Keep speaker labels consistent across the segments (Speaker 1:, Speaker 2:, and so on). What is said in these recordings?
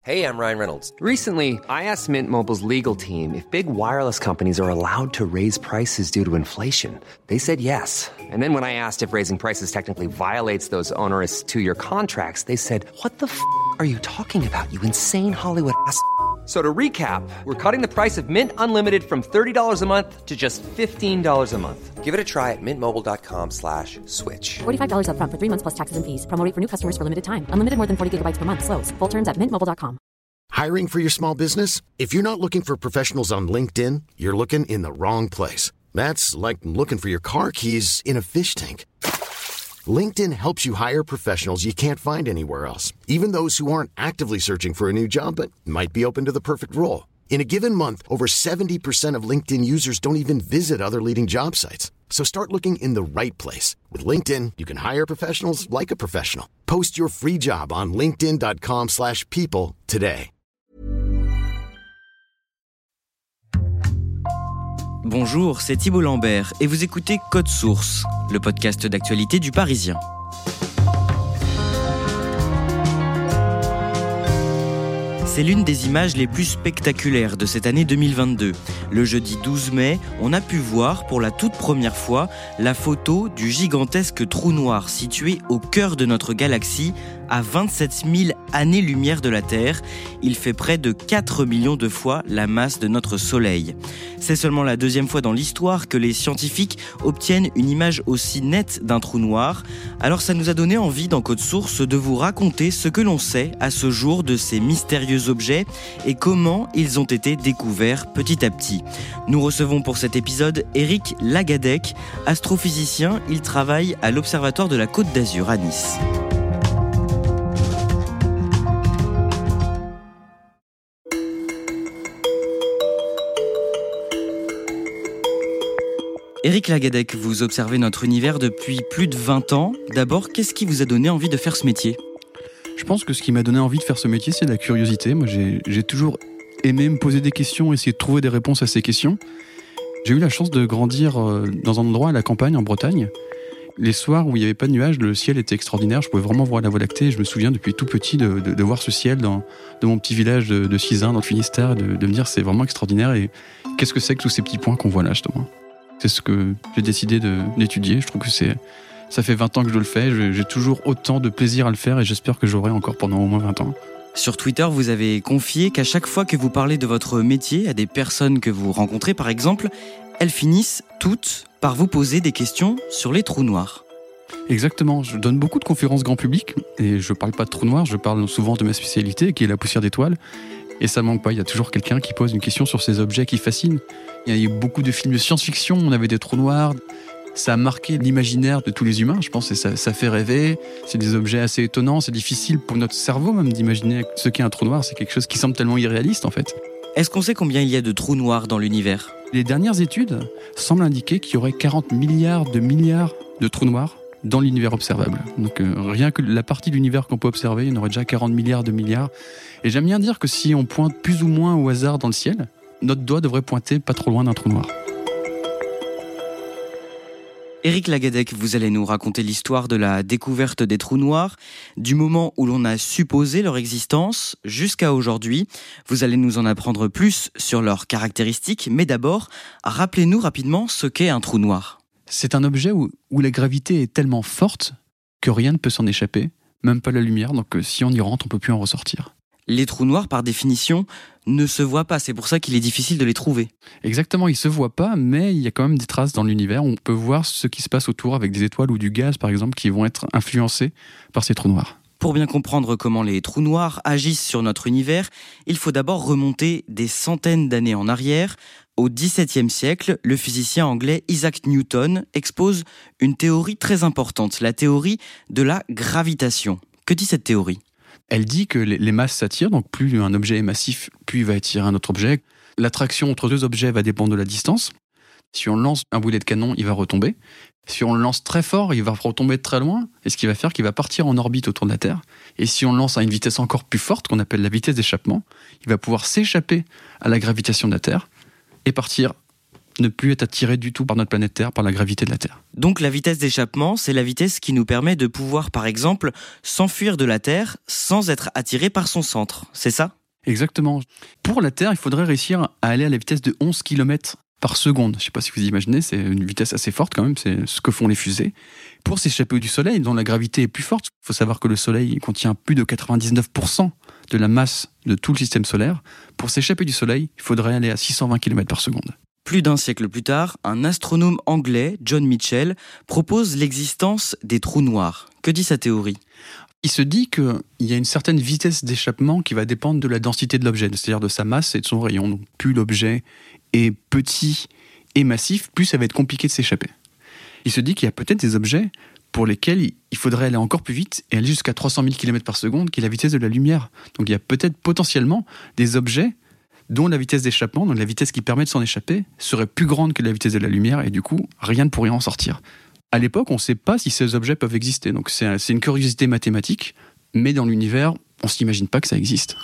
Speaker 1: Hey, I'm Ryan Reynolds.
Speaker 2: Recently, I asked Mint Mobile's legal team if big wireless companies are allowed to raise prices due to inflation. They said yes. And then when I asked if raising prices technically violates those onerous two-year contracts, they said, "What the f*** are you talking about, you insane Hollywood ass?" So to recap, we're cutting the price of Mint Unlimited from $30 a month to just $15 a month.
Speaker 1: Give it a try at mintmobile.com/switch.
Speaker 3: $45 up front for 3 months plus taxes and fees. Promo rate for new customers for limited time. Unlimited more than 40 gigabytes per month. Slows full terms at mintmobile.com.
Speaker 4: Hiring for your small business? If you're not looking for professionals on LinkedIn, you're looking in the wrong place. That's like looking for your car keys in a fish tank. LinkedIn helps you hire professionals you can't find anywhere else, even those who aren't actively searching for a new job but might be open to the perfect role. In a given month, over 70% of LinkedIn users don't even visit other leading job sites. So start looking in the right place. With LinkedIn, you can hire professionals like a professional. Post your free job on linkedin.com/people today.
Speaker 5: Bonjour, c'est Thibault Lambert et vous écoutez Code Source, le podcast d'actualité du Parisien. C'est l'une des images les plus spectaculaires de cette année 2022. Le jeudi 12 mai, on a pu voir pour la toute première fois la photo du gigantesque trou noir situé au cœur de notre galaxie, à 27 000 années-lumière de la Terre. Il fait près de 4 millions de fois la masse de notre Soleil. C'est seulement la deuxième fois dans l'histoire que les scientifiques obtiennent une image aussi nette d'un trou noir. Alors ça nous a donné envie dans Code Source de vous raconter ce que l'on sait à ce jour de ces mystérieux objets et comment ils ont été découverts petit à petit. Nous recevons pour cet épisode Éric Lagadec, astrophysicien. Il travaille à l'Observatoire de la Côte d'Azur à Nice. Éric Lagadec, vous observez notre univers depuis plus de 20 ans. D'abord, qu'est-ce qui vous a donné envie de faire ce métier ?
Speaker 6: Je pense que ce qui m'a donné envie de faire ce métier, c'est la curiosité. Moi, j'ai toujours aimé me poser des questions, essayer de trouver des réponses à ces questions. J'ai eu la chance de grandir dans un endroit à la campagne, en Bretagne. Les soirs où il n'y avait pas de nuages, le ciel était extraordinaire. Je pouvais vraiment voir la Voie lactée. Je me souviens depuis tout petit de voir ce ciel dans mon petit village de Sizun, dans le Finistère, de me dire c'est vraiment extraordinaire. Et qu'est-ce que c'est que tous ces petits points qu'on voit là, justement ? C'est ce que j'ai décidé d'étudier. Je trouve que ça fait 20 ans que je le fais. J'ai toujours autant de plaisir à le faire et j'espère que j'aurai encore pendant au moins 20 ans.
Speaker 5: Sur Twitter, vous avez confié qu'à chaque fois que vous parlez de votre métier à des personnes que vous rencontrez, par exemple, elles finissent toutes par vous poser des questions sur les trous noirs.
Speaker 6: Exactement. Je donne beaucoup de conférences grand public et je parle pas de trous noirs, je parle souvent de ma spécialité qui est la poussière d'étoiles. Et ça manque pas, il y a toujours quelqu'un qui pose une question sur ces objets qui fascinent. Il y a eu beaucoup de films de science-fiction, on avait des trous noirs. Ça a marqué l'imaginaire de tous les humains, je pense, et ça fait rêver. C'est des objets assez étonnants, c'est difficile pour notre cerveau même d'imaginer ce qu'est un trou noir. C'est quelque chose qui semble tellement irréaliste en fait.
Speaker 5: Est-ce qu'on sait combien il y a de trous noirs dans l'univers ?
Speaker 6: Les dernières études semblent indiquer qu'il y aurait 40 milliards de trous noirs dans l'univers observable. Donc rien que la partie de l'univers qu'on peut observer, il y en aurait déjà 40 milliards. Et j'aime bien dire que si on pointe plus ou moins au hasard dans le ciel, notre doigt devrait pointer pas trop loin d'un trou noir.
Speaker 5: Éric Lagadec, vous allez nous raconter l'histoire de la découverte des trous noirs, du moment où l'on a supposé leur existence jusqu'à aujourd'hui. Vous allez nous en apprendre plus sur leurs caractéristiques, mais d'abord, rappelez-nous rapidement ce qu'est un trou noir.
Speaker 6: C'est un objet où la gravité est tellement forte que rien ne peut s'en échapper, même pas la lumière, donc si on y rentre, on peut plus en ressortir.
Speaker 5: Les trous noirs, par définition, ne se voient pas, c'est pour ça qu'il est difficile de les trouver.
Speaker 6: Exactement, ils se voient pas, mais il y a quand même des traces dans l'univers. On peut voir ce qui se passe autour avec des étoiles ou du gaz, par exemple, qui vont être influencés par ces trous noirs.
Speaker 5: Pour bien comprendre comment les trous noirs agissent sur notre univers, il faut d'abord remonter des centaines d'années en arrière. Au XVIIe siècle, le physicien anglais Isaac Newton expose une théorie très importante, la théorie de la gravitation. Que dit cette théorie ?
Speaker 6: Elle dit que les masses s'attirent, donc plus un objet est massif, plus il va attirer un autre objet. L'attraction entre deux objets va dépendre de la distance. Si on lance un boulet de canon, il va retomber. Si on le lance très fort, il va retomber très loin, et ce qui va faire qu'il va partir en orbite autour de la Terre. Et si on le lance à une vitesse encore plus forte, qu'on appelle la vitesse d'échappement, il va pouvoir s'échapper à la gravitation de la Terre et partir ne plus être attiré du tout par notre planète Terre, par la gravité de la Terre.
Speaker 5: Donc la vitesse d'échappement, c'est la vitesse qui nous permet de pouvoir, par exemple, s'enfuir de la Terre sans être attiré par son centre. C'est ça ?
Speaker 6: Exactement. Pour la Terre, il faudrait réussir à aller à la vitesse de 11 km par seconde. Je ne sais pas si vous imaginez, c'est une vitesse assez forte quand même, c'est ce que font les fusées. Pour s'échapper du Soleil, dont la gravité est plus forte, il faut savoir que le Soleil contient plus de 99% de la masse de tout le système solaire. Pour s'échapper du Soleil, il faudrait aller à 620 km par seconde.
Speaker 5: Plus d'un siècle plus tard, un astronome anglais, John Michell, propose l'existence des trous noirs. Que dit sa théorie ?
Speaker 6: Il se dit qu'il y a une certaine vitesse d'échappement qui va dépendre de la densité de l'objet, c'est-à-dire de sa masse et de son rayon. Donc plus l'objet est petit et massif, plus ça va être compliqué de s'échapper. Il se dit qu'il y a peut-être des objets pour lesquels il faudrait aller encore plus vite et aller jusqu'à 300 000 km par seconde, qui est la vitesse de la lumière. Donc il y a peut-être potentiellement des objets dont la vitesse d'échappement, donc la vitesse qui permet de s'en échapper, serait plus grande que la vitesse de la lumière et du coup, rien ne pourrait en sortir. À l'époque, on ne sait pas si ces objets peuvent exister, donc c'est une curiosité mathématique, mais dans l'univers, on ne s'imagine pas que ça existe.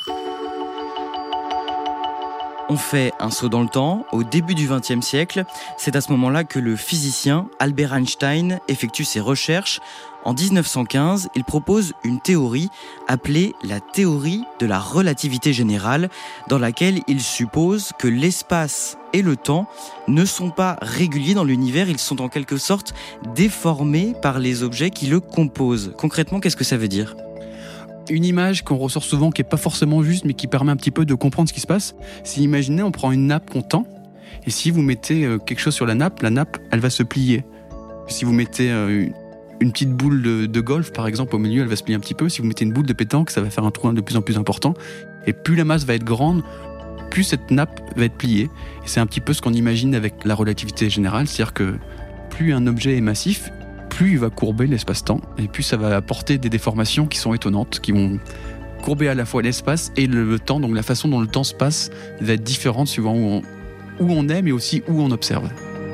Speaker 5: On fait un saut dans le temps, au début du XXe siècle. C'est à ce moment-là que le physicien Albert Einstein effectue ses recherches. En 1915, il propose une théorie appelée la théorie de la relativité générale, dans laquelle il suppose que l'espace et le temps ne sont pas réguliers dans l'univers, ils sont en quelque sorte déformés par les objets qui le composent. Concrètement, qu'est-ce que ça veut dire ?
Speaker 6: Une image qu'on ressort souvent, qui n'est pas forcément juste, mais qui permet un petit peu de comprendre ce qui se passe, c'est imaginez, on prend une nappe qu'on tend, et si vous mettez quelque chose sur la nappe, elle va se plier. Si vous mettez une petite boule de golf, par exemple, au milieu, elle va se plier un petit peu. Si vous mettez une boule de pétanque, ça va faire un trou de plus en plus important. Et plus la masse va être grande, plus cette nappe va être pliée. Et c'est un petit peu ce qu'on imagine avec la relativité générale, c'est-à-dire que plus un objet est massif, plus il va courber l'espace-temps, et plus ça va apporter des déformations qui sont étonnantes, qui vont courber à la fois l'espace et le temps, donc la façon dont le temps se passe va être différente suivant où on est, mais aussi où on observe.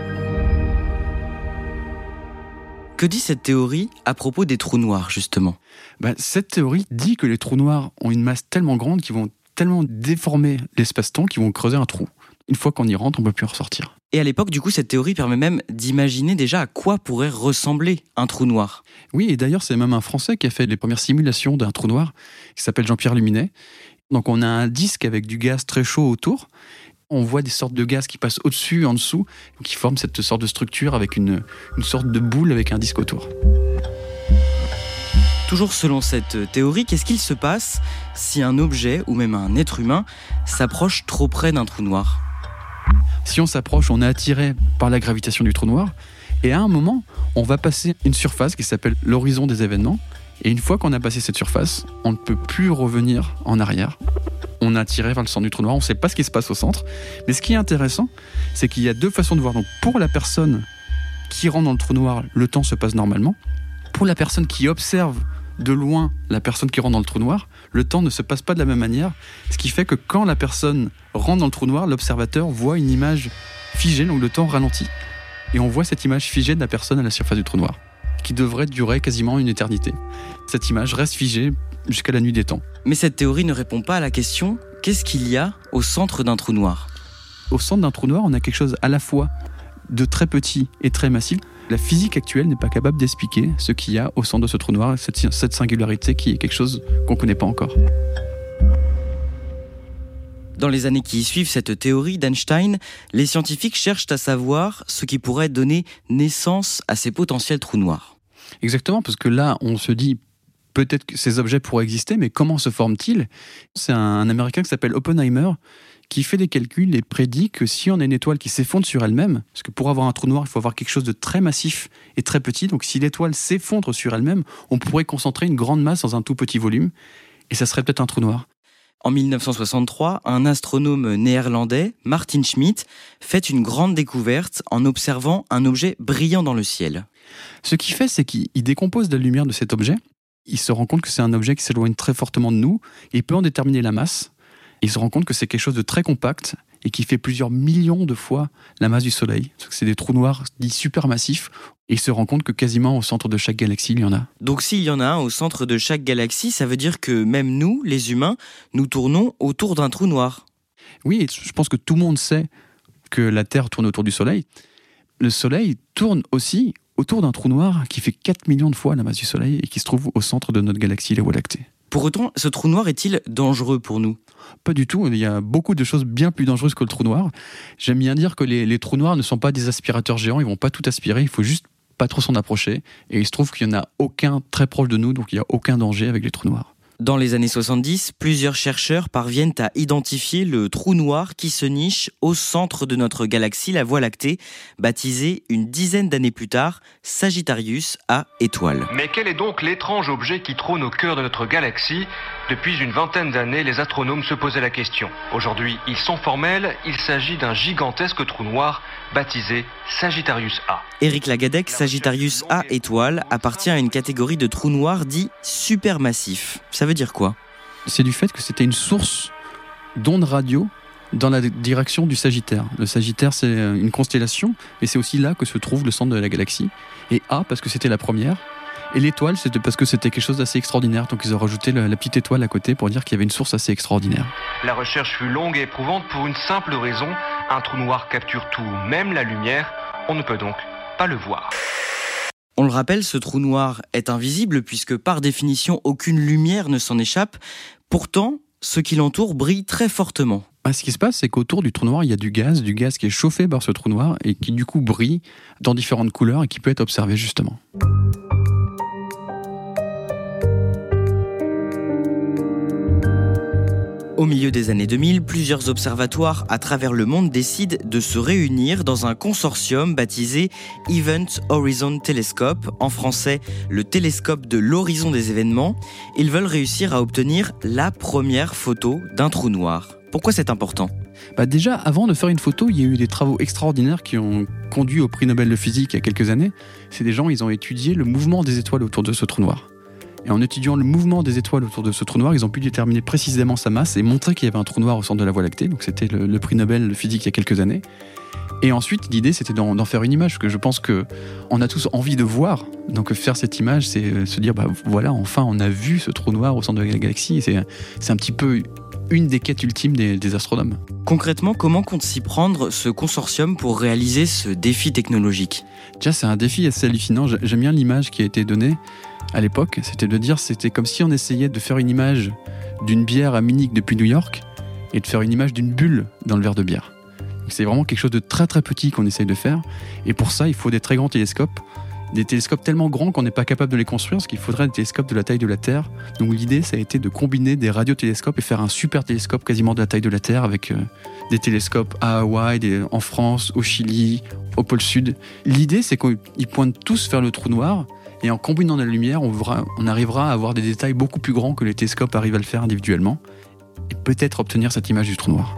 Speaker 5: Que dit cette théorie à propos des trous noirs, justement ?
Speaker 6: Cette théorie dit que les trous noirs ont une masse tellement grande qu'ils vont tellement déformer l'espace-temps qu'ils vont creuser un trou. Une fois qu'on y rentre, on ne peut plus en ressortir.
Speaker 5: Et à l'époque, du coup, cette théorie permet même d'imaginer déjà à quoi pourrait ressembler un trou noir.
Speaker 6: Oui, et d'ailleurs, c'est même un Français qui a fait les premières simulations d'un trou noir, qui s'appelle Jean-Pierre Luminet. Donc on a un disque avec du gaz très chaud autour. On voit des sortes de gaz qui passent au-dessus, en dessous, qui forment cette sorte de structure avec une sorte de boule avec un disque autour.
Speaker 5: Toujours selon cette théorie, qu'est-ce qu'il se passe si un objet, ou même un être humain, s'approche trop près d'un trou noir ?
Speaker 6: Si on s'approche, on est attiré par la gravitation du trou noir. Et à un moment, on va passer une surface qui s'appelle l'horizon des événements. Et une fois qu'on a passé cette surface, on ne peut plus revenir en arrière. On est attiré vers le centre du trou noir, on ne sait pas ce qui se passe au centre. Mais ce qui est intéressant, c'est qu'il y a deux façons de voir. Donc pour la personne qui rentre dans le trou noir, le temps se passe normalement. Pour la personne qui observe de loin la personne qui rentre dans le trou noir, le temps ne se passe pas de la même manière. Ce qui fait que quand la personne rentre dans le trou noir, l'observateur voit une image figée, donc le temps ralentit. Et on voit cette image figée de la personne à la surface du trou noir, qui devrait durer quasiment une éternité. Cette image reste figée jusqu'à la nuit des temps.
Speaker 5: Mais cette théorie ne répond pas à la question « Qu'est-ce qu'il y a au centre d'un trou noir ?»
Speaker 6: Au centre d'un trou noir, on a quelque chose à la fois de très petit et très massif. La physique actuelle n'est pas capable d'expliquer ce qu'il y a au centre de ce trou noir, cette singularité qui est quelque chose qu'on ne connaît pas encore.
Speaker 5: Dans les années qui suivent cette théorie d'Einstein, les scientifiques cherchent à savoir ce qui pourrait donner naissance à ces potentiels trous noirs.
Speaker 6: Exactement, parce que là, on se dit peut-être que ces objets pourraient exister, mais comment se forment-ils ? C'est un Américain qui s'appelle Oppenheimer qui fait des calculs et prédit que si on a une étoile qui s'effondre sur elle-même, parce que pour avoir un trou noir, il faut avoir quelque chose de très massif et très petit, donc si l'étoile s'effondre sur elle-même, on pourrait concentrer une grande masse dans un tout petit volume, et ça serait peut-être un trou noir.
Speaker 5: En 1963, un astronome néerlandais, Martin Schmidt, fait une grande découverte en observant un objet brillant dans le ciel.
Speaker 6: Ce qu'il fait, c'est qu'il décompose la lumière de cet objet. Il se rend compte que c'est un objet qui s'éloigne très fortement de nous. Il peut en déterminer la masse. Il se rend compte que c'est quelque chose de très compact et qui fait plusieurs millions de fois la masse du Soleil. C'est des trous noirs dits supermassifs. Et il se rend compte que quasiment au centre de chaque galaxie, il y en a.
Speaker 5: Donc s'il y en a un au centre de chaque galaxie, ça veut dire que même nous, les humains, nous tournons autour d'un trou noir.
Speaker 6: Oui, et je pense que tout le monde sait puisque la Terre tourne autour du Soleil. Le Soleil tourne aussi autour d'un trou noir qui fait 4 millions de fois la masse du Soleil et qui se trouve au centre de notre galaxie, la Voie lactée.
Speaker 5: Pour autant, ce trou noir est-il dangereux pour nous ?
Speaker 6: Pas du tout, il y a beaucoup de choses bien plus dangereuses que le trou noir. J'aime bien dire que les trous noirs ne sont pas des aspirateurs géants, ils vont pas tout aspirer, il faut juste pas trop s'en approcher. Et il se trouve qu'il n'y en a aucun très proche de nous, donc il n'y a aucun danger avec les trous noirs.
Speaker 5: Dans les années 70, plusieurs chercheurs parviennent à identifier le trou noir qui se niche au centre de notre galaxie, la Voie lactée, baptisée une dizaine d'années plus tard Sagittarius A étoile.
Speaker 7: Mais quel est donc l'étrange objet qui trône au cœur de notre galaxie ? Depuis une vingtaine d'années, les astronomes se posaient la question. Aujourd'hui, ils sont formels, il s'agit d'un gigantesque trou noir baptisé Sagittarius A.
Speaker 5: Éric Lagadec, Sagittarius A étoile appartient à une catégorie de trous noirs dits supermassifs. Ça veut dire quoi ?
Speaker 6: C'est du fait que c'était une source d'ondes radio dans la direction du Sagittaire. Le Sagittaire, c'est une constellation, et c'est aussi là que se trouve le centre de la galaxie. Et A, parce que c'était la première. Et l'étoile, c'était parce que c'était quelque chose d'assez extraordinaire. Donc ils ont rajouté la petite étoile à côté pour dire qu'il y avait une source assez extraordinaire.
Speaker 7: La recherche fut longue et éprouvante pour une simple raison. Un trou noir capture tout, même la lumière. On ne peut donc pas le voir.
Speaker 5: On le rappelle, ce trou noir est invisible puisque par définition, aucune lumière ne s'en échappe. Pourtant, ce qui l'entoure brille très fortement.
Speaker 6: Ce qui se passe, c'est qu'autour du trou noir, il y a du gaz qui est chauffé par ce trou noir et qui du coup brille dans différentes couleurs et qui peut être observé justement.
Speaker 5: Au milieu des années 2000, plusieurs observatoires à travers le monde décident de se réunir dans un consortium baptisé Event Horizon Telescope, en français le télescope de l'horizon des événements. Ils veulent réussir à obtenir la première photo d'un trou noir. Pourquoi c'est important ?
Speaker 6: Déjà, avant de faire une photo, il y a eu des travaux extraordinaires qui ont conduit au prix Nobel de physique il y a quelques années. C'est des gens, ils ont étudié le mouvement des étoiles autour de ce trou noir. Et en étudiant le mouvement des étoiles autour de ce trou noir, ils ont pu déterminer précisément sa masse et montrer qu'il y avait un trou noir au centre de la Voie lactée. Donc c'était le prix Nobel de physique il y a quelques années. Et ensuite, l'idée, c'était d'en faire une image, parce que je pense qu'on a tous envie de voir. Donc faire cette image, c'est se dire, voilà, enfin, on a vu ce trou noir au centre de la galaxie. Et c'est un petit peu une des quêtes ultimes des astronomes.
Speaker 5: Concrètement, comment compte s'y prendre ce consortium pour réaliser ce défi technologique ?
Speaker 6: Déjà, c'est un défi assez hallucinant. J'aime bien l'image qui a été donnée à l'époque. C'était comme si on essayait de faire une image d'une bière à Munich depuis New York et de faire une image d'une bulle dans le verre de bière. Donc c'est vraiment quelque chose de très très petit qu'on essaye de faire. Et pour ça, il faut des très grands télescopes. Des télescopes tellement grands qu'on n'est pas capable de les construire, parce qu'il faudrait des télescopes de la taille de la Terre. Donc l'idée, ça a été de combiner des radiotélescopes et faire un super télescope quasiment de la taille de la Terre, avec des télescopes à Hawaï, en France, au Chili, au pôle Sud. L'idée, c'est qu'ils pointent tous vers le trou noir, et en combinant la lumière, on arrivera à avoir des détails beaucoup plus grands que les télescopes arrivent à le faire individuellement, et peut-être obtenir cette image du trou noir.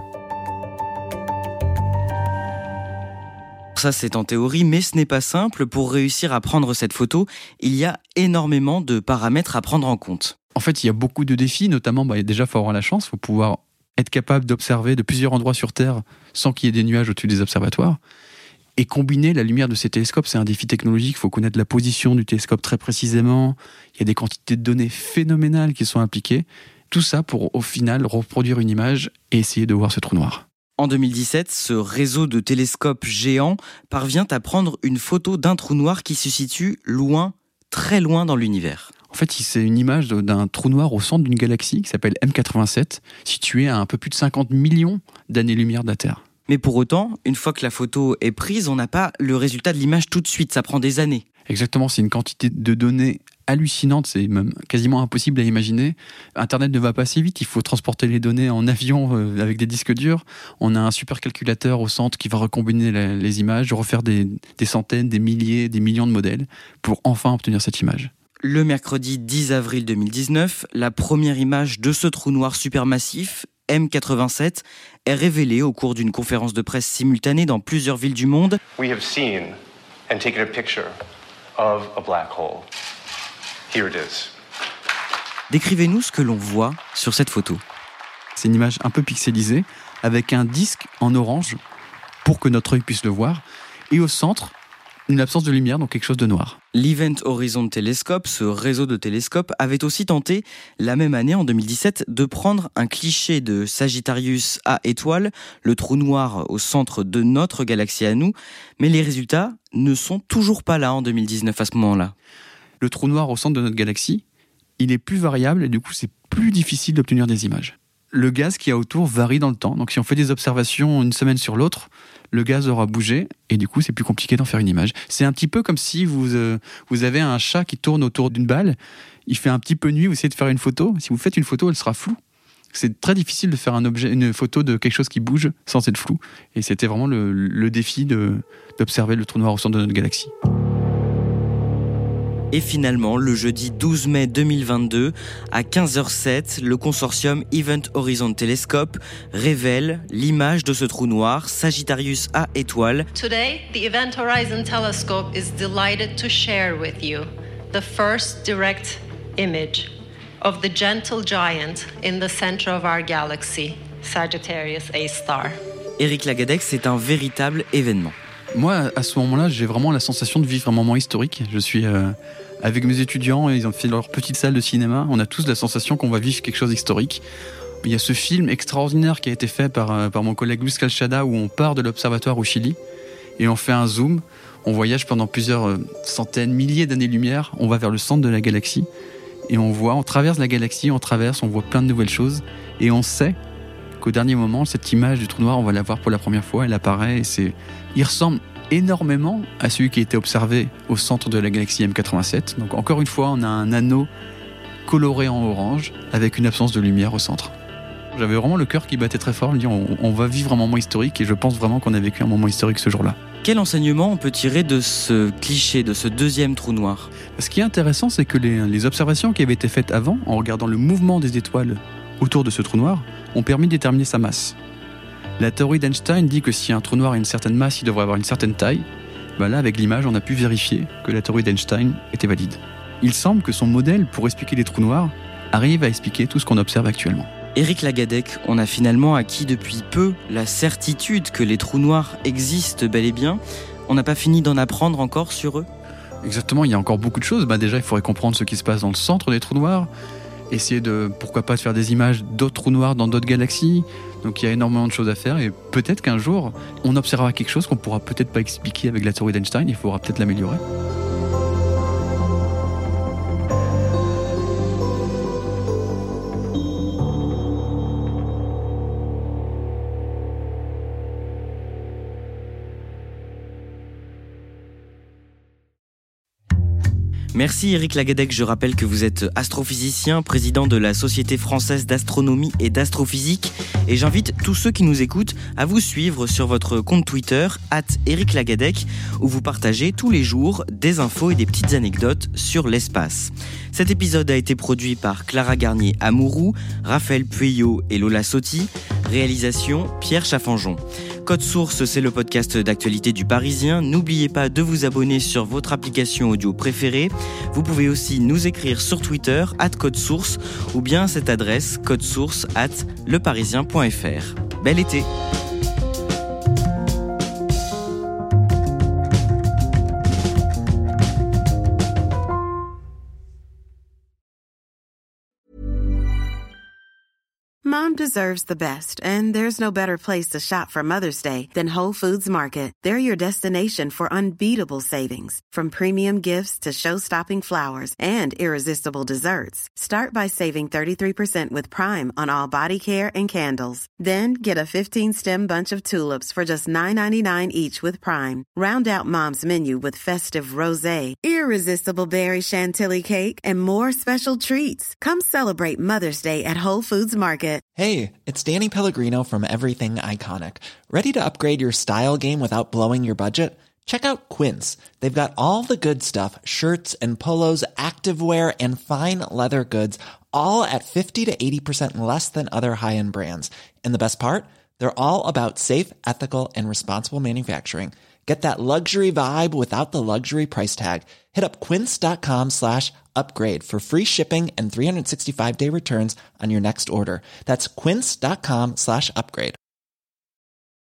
Speaker 5: Ça, c'est en théorie, mais ce n'est pas simple. Pour réussir à prendre cette photo, il y a énormément de paramètres à prendre en compte.
Speaker 6: En fait, il y a beaucoup de défis, notamment, déjà, il faut avoir la chance, il faut pouvoir être capable d'observer de plusieurs endroits sur Terre sans qu'il y ait des nuages au-dessus des observatoires. Et combiner la lumière de ces télescopes, c'est un défi technologique. Il faut connaître la position du télescope très précisément. Il y a des quantités de données phénoménales qui sont impliquées. Tout ça pour, au final, reproduire une image et essayer de voir ce trou noir.
Speaker 5: En 2017, ce réseau de télescopes géants parvient à prendre une photo d'un trou noir qui se situe loin, très loin dans l'univers.
Speaker 6: En fait, c'est une image d'un trou noir au centre d'une galaxie qui s'appelle M87, située à un peu plus de 50 millions d'années-lumière de la Terre.
Speaker 5: Mais pour autant, une fois que la photo est prise, on n'a pas le résultat de l'image tout de suite, ça prend des années.
Speaker 6: Exactement, c'est une quantité de données hallucinante, c'est même quasiment impossible à imaginer. Internet ne va pas assez vite, il faut transporter les données en avion avec des disques durs. On a un supercalculateur au centre qui va recombiner les images, refaire des centaines, des milliers, des millions de modèles pour enfin obtenir cette image.
Speaker 5: Le mercredi 10 avril 2019, la première image de ce trou noir supermassif, M87, est révélée au cours d'une conférence de presse simultanée dans plusieurs villes du monde.
Speaker 7: We have seen and taken a picture of a black hole. Here it is.
Speaker 5: Décrivez-nous ce que l'on voit sur cette photo.
Speaker 6: C'est une image un peu pixelisée, avec un disque en orange pour que notre œil puisse le voir. Et au centre, une absence de lumière, donc quelque chose de noir.
Speaker 5: L'Event Horizon Telescope, ce réseau de télescopes, avait aussi tenté, la même année, en 2017, de prendre un cliché de Sagittarius A étoile, le trou noir au centre de notre galaxie à nous, mais les résultats ne sont toujours pas là en 2019 à ce moment-là.
Speaker 6: Le trou noir au centre de notre galaxie, il est plus variable et du coup c'est plus difficile d'obtenir des images. Le gaz qu'il y a autour varie dans le temps, donc si on fait des observations une semaine sur l'autre, le gaz aura bougé et du coup c'est plus compliqué d'en faire une image. C'est un petit peu comme si vous avez un chat qui tourne autour d'une balle, il fait un petit peu nuit, vous essayez de faire une photo, si vous faites une photo elle sera floue. C'est très difficile de faire une photo de quelque chose qui bouge sans être flou. Et c'était vraiment le défi d'observer le trou noir au centre de notre galaxie.
Speaker 5: Et finalement, le jeudi 12 mai 2022, à 15h07, le consortium Event Horizon Telescope révèle l'image de ce trou noir, Sagittarius A étoile.
Speaker 8: Today, the Event Horizon Telescope is delighted to share with you the first direct image of the gentle giant in the center of our galaxy, Sagittarius A star.
Speaker 5: Éric Lagadec, c'est un véritable événement.
Speaker 6: Moi, à ce moment-là, j'ai vraiment la sensation de vivre un moment historique. Je suis avec mes étudiants, ils ont fait leur petite salle de cinéma. On a tous la sensation qu'on va vivre quelque chose d'historique. Il y a ce film extraordinaire qui a été fait par mon collègue Luis Calçada où on part de l'observatoire au Chili et on fait un zoom. On voyage pendant plusieurs centaines, milliers d'années-lumière. On va vers le centre de la galaxie et on traverse la galaxie, on voit plein de nouvelles choses et on sait qu'au dernier moment, cette image du trou noir, on va la voir pour la première fois, elle apparaît et il ressemble énormément à celui qui a été observé au centre de la galaxie M87. Donc encore une fois, on a un anneau coloré en orange avec une absence de lumière au centre. J'avais vraiment le cœur qui battait très fort, me dire on va vivre un moment historique et je pense vraiment qu'on a vécu un moment historique ce jour-là.
Speaker 5: Quel enseignement on peut tirer de ce cliché, de ce deuxième trou noir ?
Speaker 6: Ce qui est intéressant, c'est que les observations qui avaient été faites avant, en regardant le mouvement des étoiles autour de ce trou noir, ont permis de déterminer sa masse. La théorie d'Einstein dit que si un trou noir a une certaine masse, il devrait avoir une certaine taille. Là, avec l'image, on a pu vérifier que la théorie d'Einstein était valide. Il semble que son modèle pour expliquer les trous noirs arrive à expliquer tout ce qu'on observe actuellement.
Speaker 5: Éric Lagadec, on a finalement acquis depuis peu la certitude que les trous noirs existent bel et bien. On n'a pas fini d'en apprendre encore sur eux ?
Speaker 6: Exactement, il y a encore beaucoup de choses. Déjà, il faudrait comprendre ce qui se passe dans le centre des trous noirs. Essayer pourquoi pas, de faire des images d'autres trous noirs dans d'autres galaxies. Donc il y a énormément de choses à faire et peut-être qu'un jour, on observera quelque chose qu'on pourra peut-être pas expliquer avec la théorie d'Einstein, il faudra peut-être l'améliorer.
Speaker 5: Merci Éric Lagadec, je rappelle que vous êtes astrophysicien, président de la Société française d'astronomie et d'astrophysique et j'invite tous ceux qui nous écoutent à vous suivre sur votre compte Twitter @EricLagadec où vous partagez tous les jours des infos et des petites anecdotes sur l'espace. Cet épisode a été produit par Clara Garnier-Amouroux, Raphaël Pueyo et Lola Sotti, réalisation Pierre Chaffanjon. Code Source, c'est le podcast d'actualité du Parisien. N'oubliez pas de vous abonner sur votre application audio préférée. Vous pouvez aussi nous écrire sur Twitter @codesource ou bien à cette adresse codesource@leparisien.fr. Bel été!
Speaker 9: Mom deserves the best, and there's no better place to shop for Mother's Day than Whole Foods Market. They're your destination for unbeatable savings, from premium gifts to show-stopping flowers and irresistible desserts. Start by saving 33% with Prime on all body care and candles. Then get a 15-stem bunch of tulips for just $9.99 each with Prime. Round out Mom's menu with festive rosé, irresistible berry chantilly cake, and more special treats. Come celebrate Mother's Day at Whole Foods Market.
Speaker 10: Hey, it's Danny Pellegrino from Everything Iconic. Ready to upgrade your style game without blowing your budget? Check out Quince. They've got all the good stuff, shirts and polos, activewear, and fine leather goods, all at 50 to 80% less than other high-end brands. And the best part? They're all about safe, ethical, and responsible manufacturing. Get that luxury vibe without the luxury price tag. Hit up quince.com/upgrade for free shipping and 365-day returns on your next order. That's quince.com/upgrade.